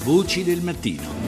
Voci del mattino.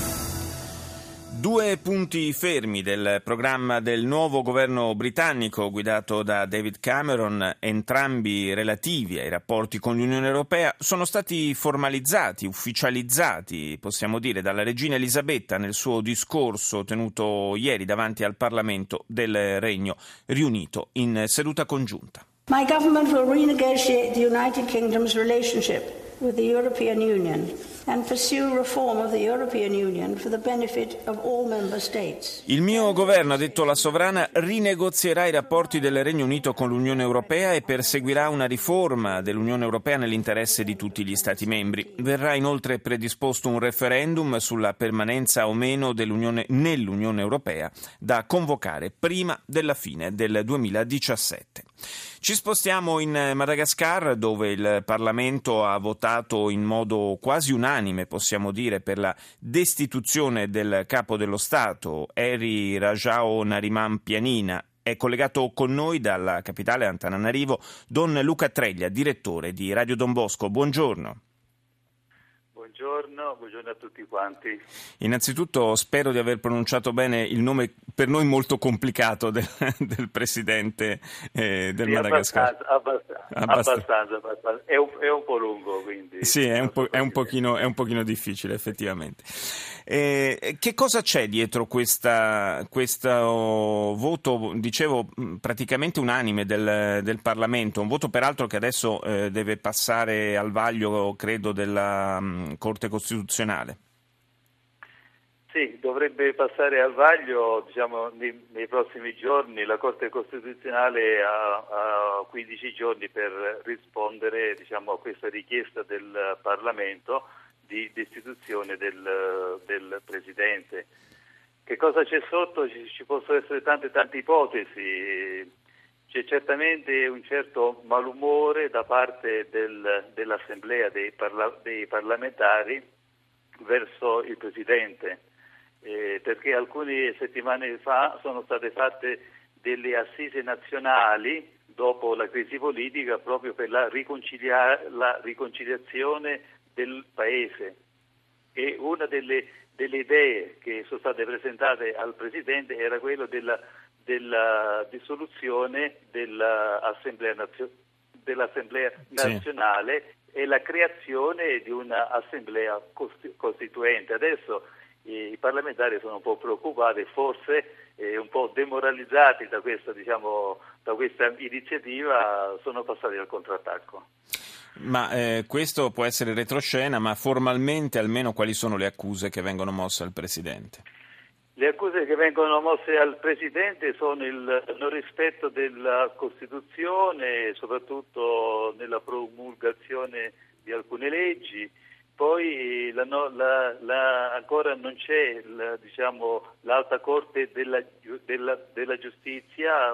Due punti fermi del programma del nuovo governo britannico guidato da David Cameron, entrambi relativi ai rapporti con l'Unione Europea, sono stati formalizzati, ufficializzati, possiamo dire, dalla regina Elisabetta nel suo discorso tenuto ieri davanti al Parlamento del Regno Riunito in seduta congiunta. My government will renegotiate the United Kingdom's relationship with the European Union and pursue reform of the European Union for the benefit of all member states. Il mio governo, ha detto la sovrana, rinegozierà i rapporti del Regno Unito con l'Unione Europea e perseguirà una riforma dell'Unione Europea nell'interesse di tutti gli Stati membri. Verrà inoltre predisposto un referendum sulla permanenza o meno nell'Unione Europea da convocare prima della fine del 2017. Ci spostiamo in Madagascar, dove il Parlamento ha votato in modo quasi unanime, possiamo dire, per la destituzione del capo dello Stato, Heri Rajaonarimanpianina. È collegato con noi dalla capitale Antananarivo Don Luca Treglia, direttore di Radio Don Bosco. Buongiorno. Buongiorno a tutti quanti. Innanzitutto spero di aver pronunciato bene il nome per noi molto complicato del presidente del Madagascar. Abbastanza. È un po' lungo, quindi. Sì, è un pochino difficile, effettivamente. Che cosa c'è dietro questo voto, dicevo, praticamente unanime del Parlamento? Un voto peraltro che adesso deve passare al vaglio, credo, della Corte Costituzionale. Sì, dovrebbe passare al vaglio, nei prossimi giorni. La Corte Costituzionale ha 15 giorni per rispondere, a questa richiesta del Parlamento di destituzione del Presidente. Che cosa c'è sotto? Ci possono essere tante ipotesi. C'è certamente un certo malumore da parte dell'Assemblea dei parlamentari verso il Presidente, perché alcune settimane fa sono state fatte delle assise nazionali dopo la crisi politica proprio per la riconciliazione del Paese, e una delle idee che sono state presentate al Presidente era quello della dissoluzione dell'Assemblea nazionale e la creazione di un'assemblea costituente. Adesso i parlamentari sono un po' preoccupati, forse un po' demoralizzati da questa iniziativa, sono passati al contrattacco. Ma questo può essere retroscena, ma formalmente almeno quali sono le accuse che vengono mosse al Presidente? Le accuse che vengono mosse al Presidente sono il non rispetto della Costituzione, soprattutto nella promulgazione di alcune leggi. Poi ancora non c'è l'Alta Corte della Giustizia,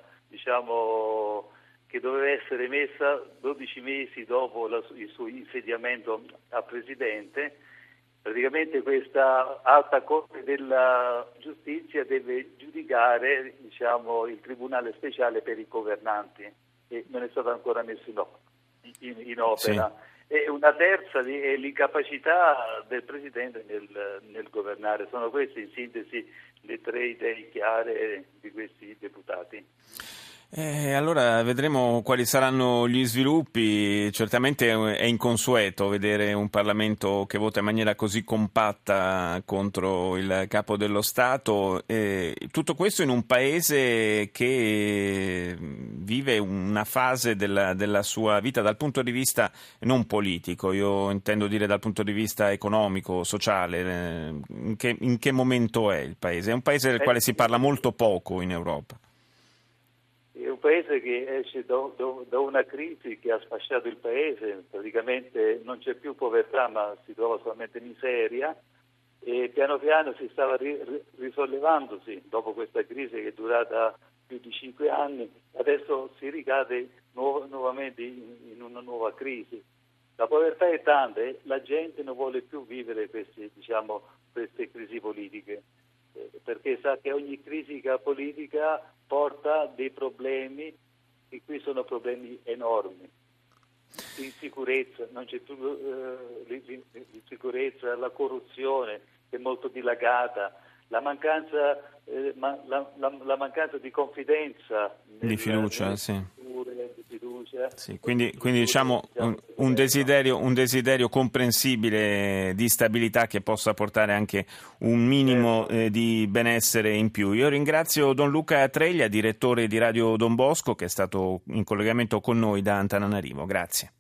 che doveva essere messa 12 mesi dopo il suo insediamento a Presidente. Praticamente questa Alta Corte della Giustizia deve giudicare il Tribunale Speciale per i governanti, e non è stato ancora messo in opera. Sì. E una terza è l'incapacità del Presidente nel governare. Sono queste in sintesi le tre idee chiare di questi deputati. Allora vedremo quali saranno gli sviluppi. Certamente è inconsueto vedere un Parlamento che vota in maniera così compatta contro il Capo dello Stato. Tutto questo in un paese che vive una fase della sua vita dal punto di vista non politico, io intendo dire dal punto di vista economico, sociale. In che momento è il paese? È un paese del quale si parla molto poco in Europa. È un paese che esce da una crisi che ha sfasciato il paese, praticamente non c'è più povertà ma si trova solamente miseria, e piano piano si stava risollevandosi dopo questa crisi che è durata più di 5 anni, adesso si ricade nuovamente in una nuova crisi. La povertà è tanta e la gente non vuole più vivere queste crisi politiche, perché sa che ogni crisi politica porta dei problemi, e qui sono problemi enormi. l'insicurezza, non c'è più l'insicurezza, la corruzione è molto dilagata, la mancanza di confidenza, di fiducia, sì. Di fiducia. Sì, quindi diciamo un desiderio comprensibile di stabilità che possa portare anche un minimo di benessere in più. Io ringrazio Don Luca Treglia, direttore di Radio Don Bosco, che è stato in collegamento con noi da Antananarivo. Grazie.